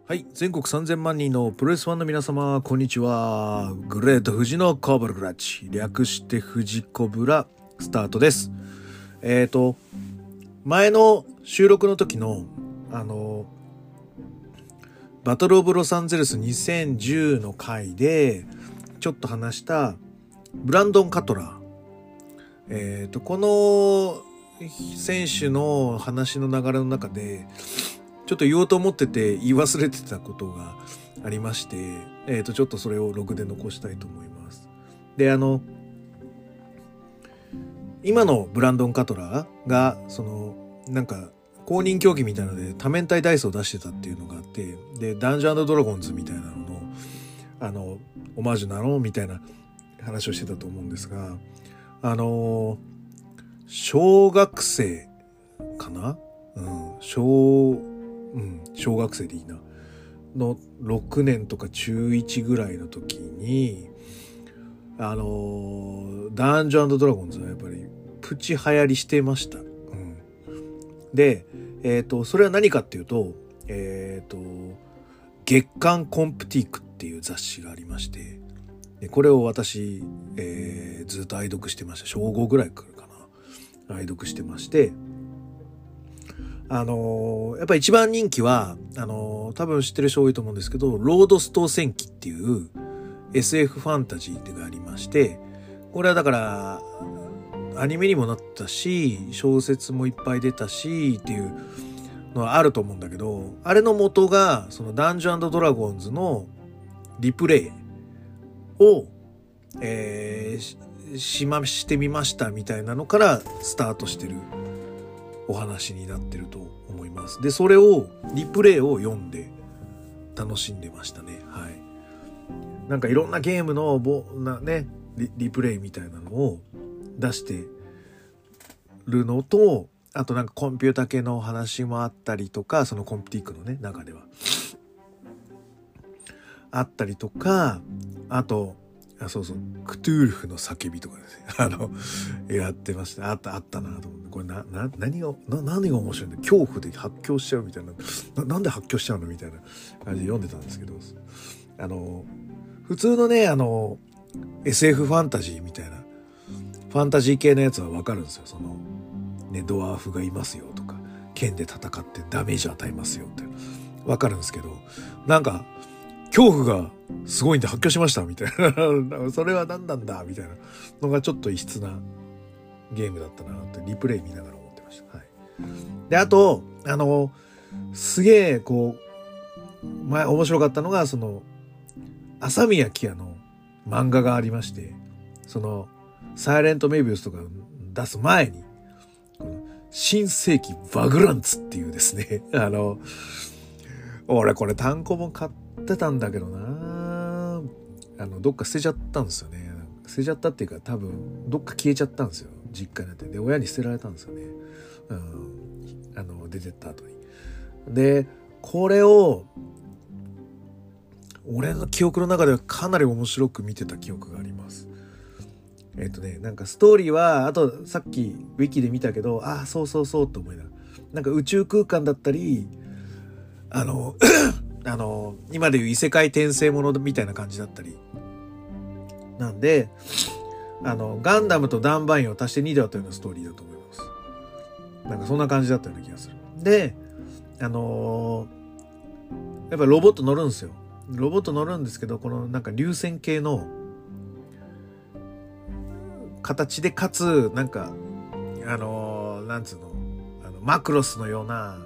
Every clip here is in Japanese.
はい、全国3000万人のプロレスファンの皆様、こんにちは。グレート富士のコブラクラッチ、略して富士コブラスタートです。前の収録の時のバトルオブロサンゼルス2010の回でちょっと話したブランドン・カトラー、この選手の話の流れの中でちょっと言おうと思ってて言い忘れてたことがありまして、ちょっとそれをログで残したいと思います。で、今のブランドン・カトラーがなんか公認競技みたいなので多面体ダイスを出してたっていうのがあって、でダンジョン&ドラゴンズみたいなののオマージュなのみたいな話をしてたと思うんですが、小学生かな、小学生でいいなの6年とか中1ぐらいの時にダンジョン&ドラゴンズはやっぱりプチ流行りしてました。で、それは何かっていうと、月刊コンプティークっていう雑誌がありまして、でこれを私、ずっと愛読してました。小5ぐらいからかな、愛読してまして、やっぱり一番人気は多分知ってる人多いと思うんですけど、ロードストー戦記っていう SF ファンタジーがありまして、これはだからアニメにもなったし小説もいっぱい出たしっていうのはあると思うんだけど、あれの元がそのダンジョン&ドラゴンズのリプレイを、してみましたみたいなのからスタートしてるお話になってると思います。で、それをリプレイを読んで楽しんでましたね。はい。なんかいろんなゲームのリプレイみたいなのを出してるのと、あとなんかコンピュータ系の話もあったりとか、そのコンプティックのね中ではあったりとか、あとそうクトゥールフの叫びとかですねやってました。あったなと思って、これ何が面白いんだ、恐怖で発狂しちゃうみたいな、なんで発狂しちゃうのみたいな感じで読んでたんですけど、普通のねSF ファンタジーみたいなファンタジー系のやつはわかるんですよ。ドワーフがいますよとか、剣で戦ってダメージ与えますよってわかるんですけど、なんか恐怖がすごいんで発狂しましたみたいなそれは何なんだみたいなのがちょっと異質なゲームだったなってリプレイ見ながら思ってました。はい。で、あとすげえ前面白かったのが朝宮喜也の漫画がありまして、サイレントメビウスとか出す前に新世紀バグランツっていうですね俺これ単行本買ってたんだけどな、どっか捨てちゃったんですよね。捨てちゃったっていうか、多分どっか消えちゃったんですよ、実家になって。で親に捨てられたんですよね、出てった後に。でこれを俺の記憶の中ではかなり面白く見てた記憶があります。なんかストーリーはあとさっきウィキで見たけど、そうと思いながら、なんか宇宙空間だったり今でいう異世界転生ものみたいな感じだったりなんで、ガンダムとダンバインを足して2で割ったようなストーリーだと思います。なんかそんな感じだったような気がする。でやっぱロボット乗るんですよ。ロボット乗るんですけど、このなんか流線形の形で、かつなんかなんつうの、マクロスのような、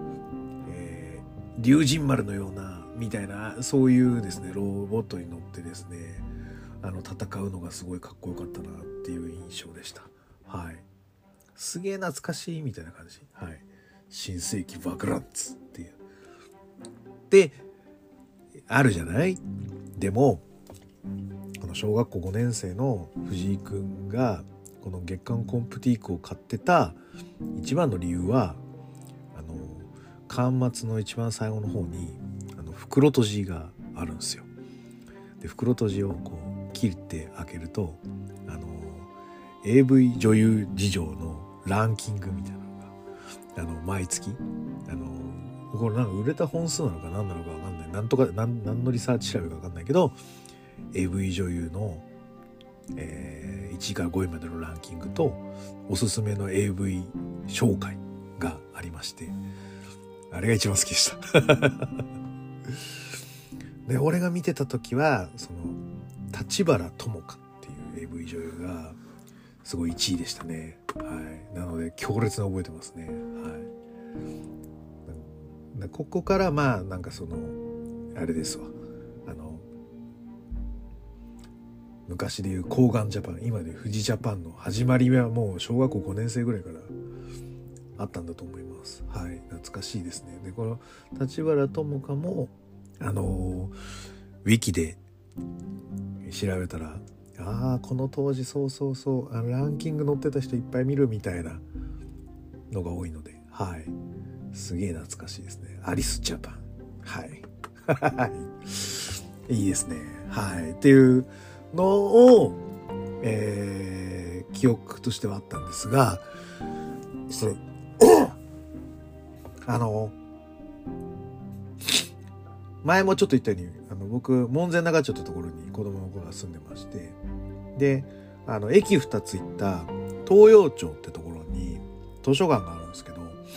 龍神丸のようなみたいな、そういうですねロボットに乗ってですね戦うのがすごいかっこよかったなっていう印象でした。はい。すげえ懐かしいみたいな感じ。はい。新世紀バグランツっていうであるじゃない。でも小学校5年生の藤井くんがこの月刊コンプティークを買ってた一番の理由は、巻末の一番最後の方に袋閉じがあるんですよ。で袋閉じを切って開けるとAV 女優事情のランキングみたいなのが毎月これなんか売れた本数なのか何なのか分かんない。何のリサーチ調べか分かんないけど、AV 女優の、1位から5位までのランキングと、おすすめの AV 紹介がありまして、あれが一番好きでした。で、俺が見てた時は、立花友香っていう AV 女優が、すごい1位でしたね。はい。なので、強烈に覚えてますね。はい。ここから、まあ、なんかあれですわ。昔でいう抗がんジャパン、今でいう富士ジャパンの始まりはもう小学校5年生ぐらいからあったんだと思います。はい。懐かしいですね。で、この立花友香も、ウィキで調べたら、この当時そうランキング載ってた人いっぱい見るみたいなのが多いので、はい。すげえ懐かしいですね。アリスジャパン。はい。いいですね。はい。っていうのを、記憶としてはあったんですが、前もちょっと言ったように、僕、門前仲町ってところに子供の頃は住んでまして、で、駅2つ行った東洋町ってところに図書館があるんですけど、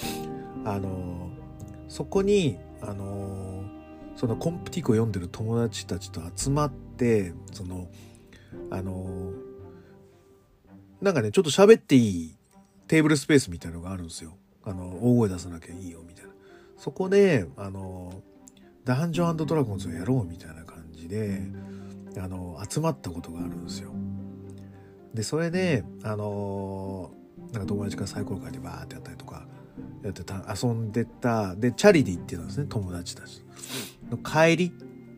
そこに、そのコンプティコ読んでる友達たちと集まって、なんかね、ちょっと喋っていいテーブルスペースみたいなのがあるんですよ。大声出さなきゃいいよみたいな。そこで、ダンジョン&ドラゴンズをやろうみたいな感じで、集まったことがあるんですよ。で、それで、なんか友達がサイコロ書いてバーってやったりとか、遊んでた。で、チャリで行ってたんですね、友達たちの帰り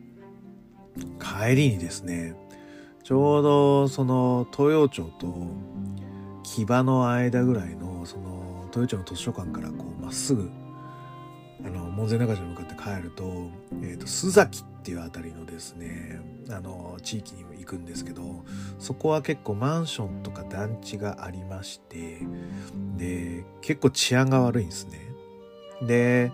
にですね、ちょうど東洋町と木場の間ぐらいの東洋町の図書館からこうまっすぐ門前仲町に向かって帰ると、須崎っていうあたりのですね、地域にも行くんですけど、そこは結構マンションとか団地がありまして、で、結構治安が悪いんですね。で、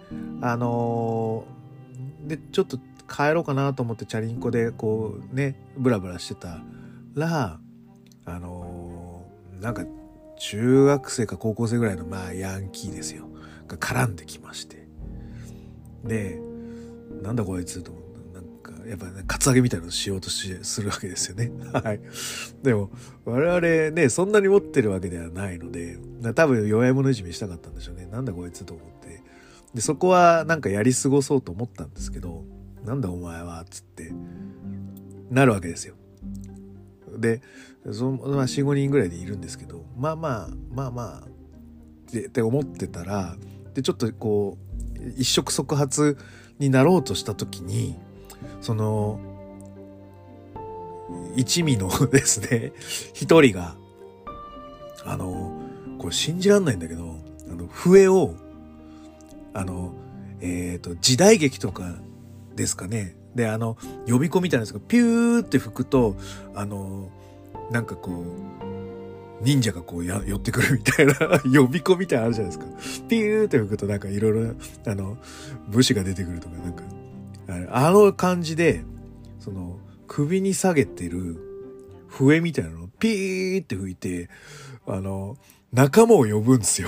で、ちょっと帰ろうかなと思ってチャリンコでこうね、ブラブラしてたら、なんか中学生か高校生ぐらいのまあヤンキーですよ。が絡んできまして。で、なんだこいつと思って、なんかやっぱね、カツアゲみたいなのしようとするわけですよね。はい。でも我々ね、そんなに持ってるわけではないので、多分弱い者いじめしたかったんでしょうね。なんだこいつと思って。で、そこはなんかやり過ごそうと思ったんですけど、なんだお前はつってなるわけですよ。で、まあ、4、5人ぐらいでいるんですけど、まあって思ってたら、で、ちょっとこう、一触即発になろうとした時に、一味のですね、一人が、これ信じらんないんだけど、笛を、時代劇とかですかね。で、呼び子みたいなやつがピューって吹くと、なんかこう、忍者がこう寄ってくるみたいな呼び子みたいなのあるじゃないですか。ピューって吹くとなんかいろいろ、武士が出てくるとかなんか、感じで、首に下げてる笛みたいなのをピーって吹いて、仲間を呼ぶんですよ。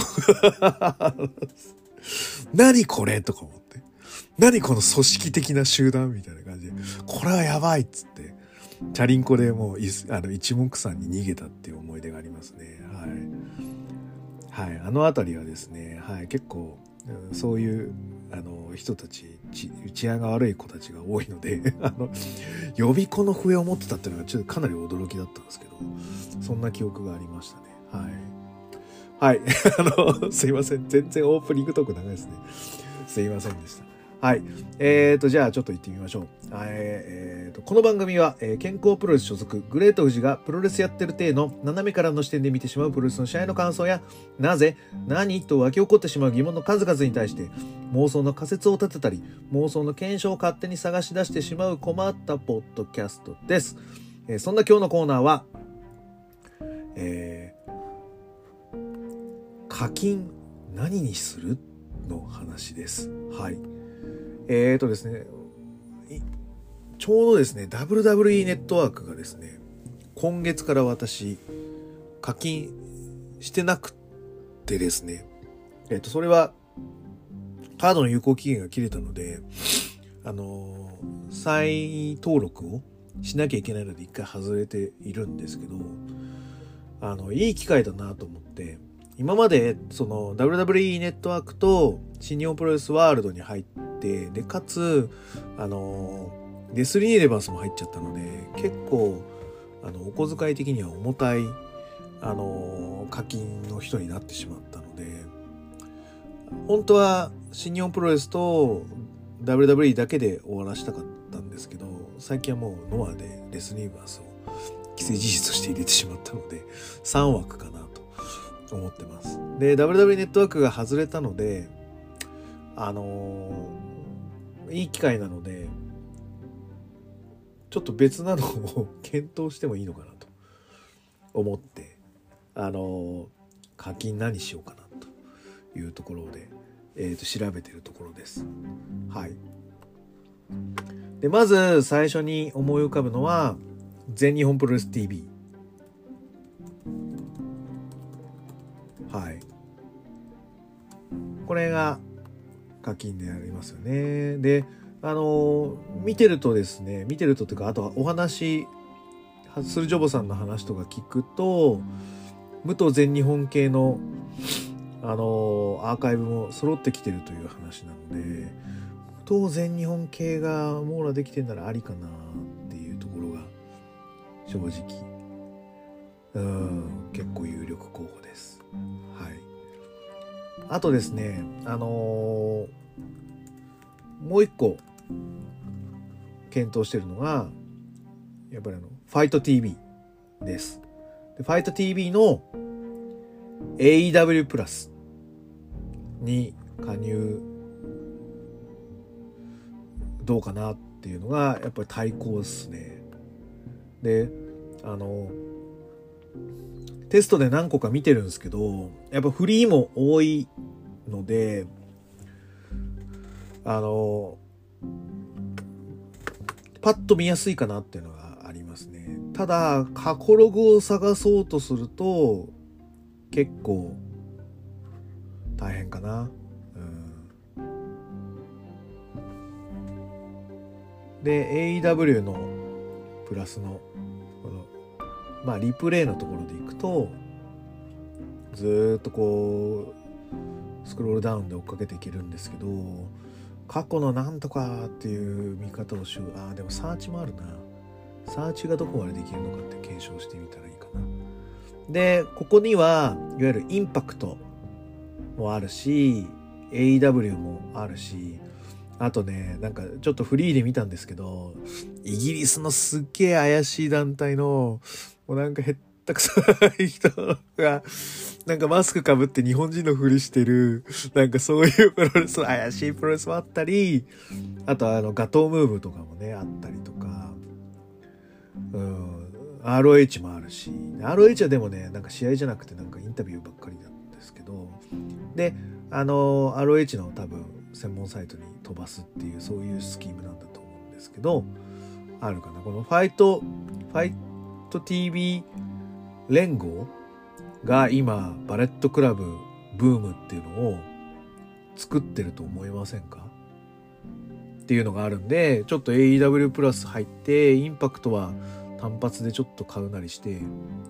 何これとか思って。何この組織的な集団みたいな感じで、これはやばいっつって、チャリンコでもう一目散に逃げたっていう思い出がありますね。はい。はい。辺りはですね、はい。結構、そういう、人たち、治安が悪い子たちが多いので、予備校の笛を持ってたっていうのがちょっとかなり驚きだったんですけど、そんな記憶がありましたね。はい。はい。すいません。全然オープニングトーク長いですね。すいませんでした。はい。じゃあちょっと行ってみましょう。この番組は、健康プロレス所属グレート富士がプロレスやってる体の斜めからの視点で見てしまうプロレスの試合の感想や、なぜ、何と湧き起こってしまう疑問の数々に対して妄想の仮説を立てたり、妄想の検証を勝手に探し出してしまう困ったポッドキャストです。そんな今日のコーナーは、課金何にするっの話です。はい。ですね、ちょうどですね、WWE ネットワークがですね、今月から私、課金してなくてですね、それは、カードの有効期限が切れたので、再登録をしなきゃいけないので一回外れているんですけど、いい機会だなと思って、今までその WWE ネットワークと新日本プロレスワールドに入って、で、かつ、レスリーユニバースも入っちゃったので、結構、お小遣い的には重たい、課金の人になってしまったので、本当は新日本プロレスと WWE だけで終わらしたかったんですけど、最近はもうノアでレスリーユニバースを既成事実として入れてしまったので、3枠かなと思ってます。で、WWE ネットワークが外れたので、いい機会なので、ちょっと別なのを検討してもいいのかなと思って、課金何しようかなというところで、調べてるところです。はい。で、まず最初に思い浮かぶのは、全日本プロレス TV。はい。これが課金でありますよね。で、見てるとというか、あとはお話するジョボさんの話とか聞くと、武藤全日本系のアーカイブも揃ってきてるという話なので、武藤全日本系が網羅できてんならありかなっていうところが正直結構有力候補です。はい。あとですね、もう一個検討してるのがやっぱりファイト TV です。でファイト TV の AEW プラスに加入どうかなっていうのがやっぱり対抗ですね。で、テストで何個か見てるんですけど、やっぱフリーも多いので、パッと見やすいかなっていうのがありますね。ただ過去ログを探そうとすると結構大変かな。で AEW のプラスのこのリプレイのところでいくと、ずーっとこうスクロールダウンで追っかけていけるんですけど、過去のなんとかっていう見方をでもサーチもあるな。サーチがどこまでできるのかって検証してみたらいいかな。で、ここにはいわゆるインパクトもあるし、AEW もあるし、あとね、なんかちょっとフリーで見たんですけど、イギリスのすっげえ怪しい団体の、もうなんかへったくさい人が、なんかマスクかぶって日本人のふりしてる、なんかそういうプロレス、怪しいプロレスもあったり、あとガトームーブとかもね、あったりとか、ROH もあるし、ROH はでもね、なんか試合じゃなくてなんかインタビューばっかりなんですけど、で、ROH の多分専門サイトに飛ばすっていう、そういうスキームなんだと思うんですけど、あるかな。このファイト TV 連合が今バレットクラブブームっていうのを作ってると思いませんかっていうのがあるんで、ちょっと AEW プラス入ってインパクトは単発でちょっと買うなりして、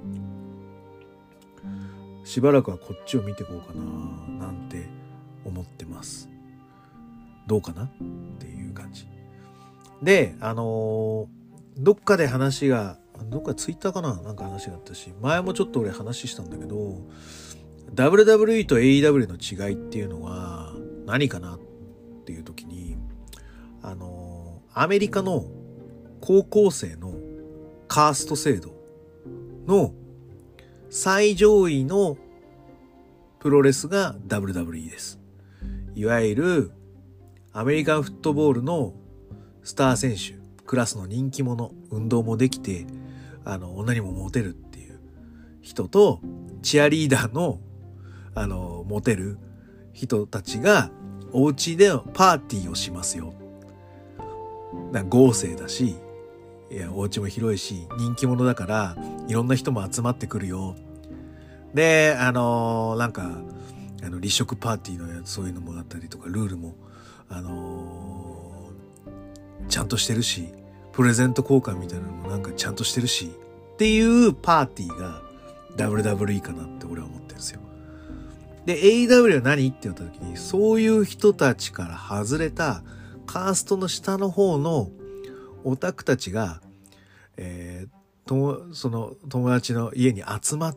しばらくはこっちを見ていこうかななんて思ってます。どうかなっていう感じで、どっかで話が、どっかツイッターかな、なんか話があったし、前もちょっと俺話したんだけど、WWE と AEW の違いっていうのは何かなっていう時に、アメリカの高校生のカースト制度の最上位のプロレスが WWE です。いわゆるアメリカンフットボールのスター選手クラスの人気者、運動もできて女にもモテるっていう人と、チアリーダーのモテる人たちがお家でパーティーをしますよ。豪勢だし、いや、お家も広いし、人気者だから、いろんな人も集まってくるよ。で、立食パーティーのやつ、そういうのもあったりとか、ルールも、ちゃんとしてるし、プレゼント交換みたいなのもなんかちゃんとしてるし、っていうパーティーが WWE かなって俺は思ってるんですよ。で、AEW は何って言った時に、そういう人たちから外れたカーストの下の方のオタクたちが、その友達の家に集まって、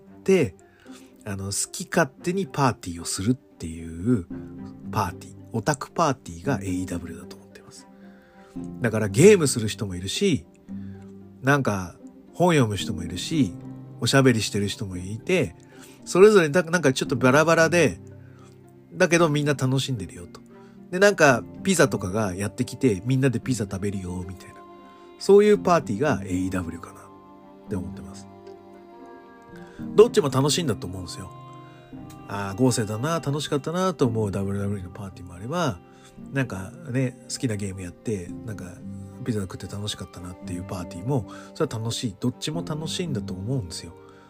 好き勝手にパーティーをするっていうパーティー、オタクパーティーが AEW だと思ってます。だからゲームする人もいるし、なんか本読む人もいるし、おしゃべりしてる人もいて、それぞれなんかちょっとバラバラで、だけどみんな楽しんでるよと。で、なんかピザとかがやってきて、みんなでピザ食べるよみたいな。そういうパーティーが AEW かなって思ってます。どっちも楽しいんだと思うんですよ。豪勢だな、楽しかったなと思う WWE のパーティーもあれば、なんかね、好きなゲームやって、なんかピザ食って楽しかったなっていうパーティーも、それは楽しい。どっちも楽しいんだと思うんですよ。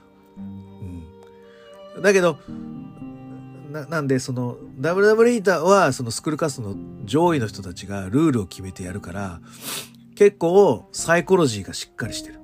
だけど、なんでその WWE はそのスクールカストの上位の人たちがルールを決めてやるから、結構サイコロジーがしっかりしてる。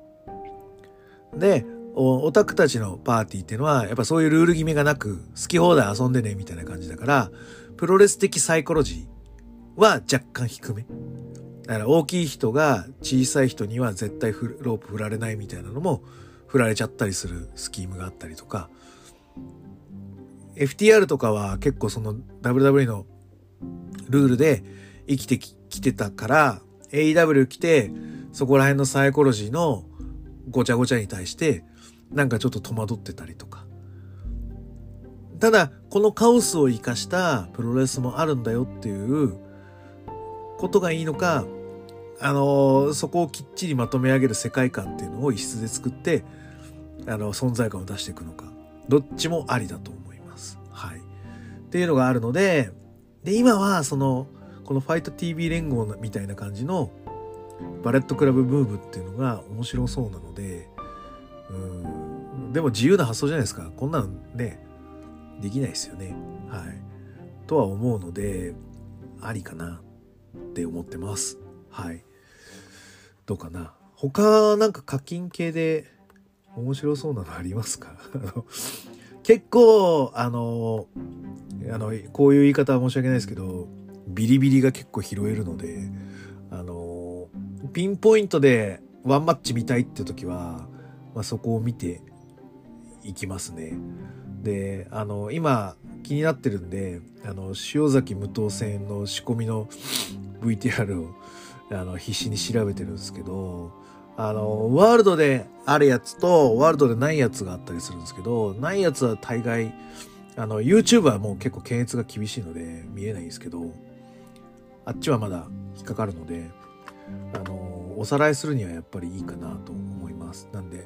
で、オタクたちのパーティーっていうのはやっぱそういうルール決めがなく好き放題遊んでねみたいな感じだから、プロレス的サイコロジーは若干低め。だから大きい人が小さい人には絶対ロープ振られないみたいなのも振られちゃったりするスキームがあったりとか、FTR とかは結構その WWE のルールで生きてきてたから、 AEW 来てそこら辺のサイコロジーのごちゃごちゃに対してなんかちょっと戸惑ってたりとか。ただこのカオスを生かしたプロレスもあるんだよっていうことがいいのか、そこをきっちりまとめ上げる世界観っていうのを一室で作って存在感を出していくのか、どっちもありだと思います。はい。っていうのがあるので、今はこのファイト TV 連合みたいな感じのバレットクラブムーブっていうのが面白そうなので、でも自由な発想じゃないですか。こんなのね、できないですよね。はい。とは思うので、ありかなって思ってます。はい。どうかな。他なんか課金系で面白そうなのありますか？結構こういう言い方は申し訳ないですけど、ビリビリが結構拾えるので、ピンポイントでワンマッチ見たいって時は、そこを見ていきますね。で、今気になってるんで、塩崎無党戦の仕込みの VTR を必死に調べてるんですけど、ワールドであるやつとワールドでないやつがあったりするんですけど、ないやつは大概YouTube はもう結構検閲が厳しいので見えないんですけど、あっちはまだ引っかかるので、おさらいするにはやっぱりいいかなと思います。なんで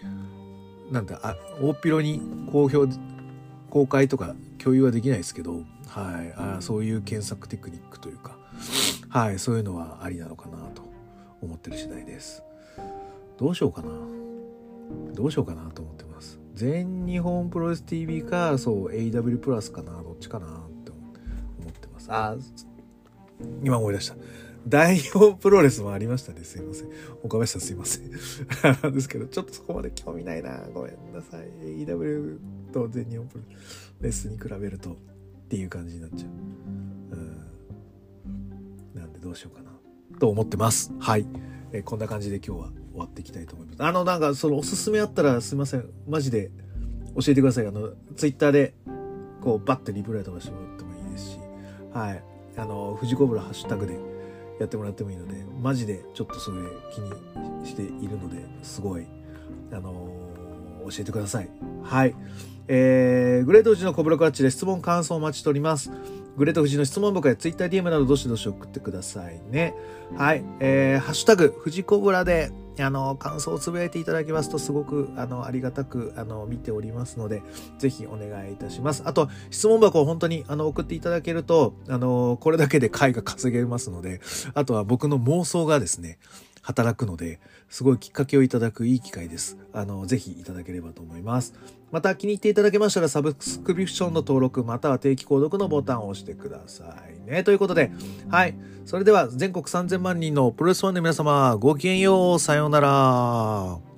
大っ広に公開とか共有はできないですけど、はい、そういう検索テクニックというか、はい、そういうのはありなのかなと思ってる次第です。どうしようかなと思ってます。全日本プロレス TV か、AW プラスかな、どっちかなって思ってます。今思い出した。大日本プロレスもありましたね。すいません。岡林さんすいません。ですけど、ちょっとそこまで興味ないな。ごめんなさい。AW と全日本プロレスに比べるとっていう感じになっちゃう。なんでどうしようかなと思ってます。はい。こんな感じで今日は終わっていきたいと思います。なんかおすすめあったらすいません。マジで教えてください。ツイッターでこうバッてリプライとかしてもらってもいいですし、はい。富士コブラハッシュタグでやってもらってもいいので、マジでちょっとそれ気にしているので、すごい教えてください。はい。グレートウジのコブラクラッチで質問感想をお待ちしております。 グレート富士の質問箱や TwitterDM などどしどし送ってくださいね。はい。ハッシュタグ、富士コブラで、感想をつぶやいていただきますとすごく、ありがたく、見ておりますので、ぜひお願いいたします。あと、質問箱を本当に、送っていただけると、これだけで回が稼げますので、あとは僕の妄想がですね、働くので、すごいきっかけをいただくいい機会です。ぜひいただければと思います。また気に入っていただけましたらサブスクリプションの登録または定期購読のボタンを押してくださいね。ということで、はい。それでは全国3000万人のプロレスファンの皆様、ごきげんよう。さようなら。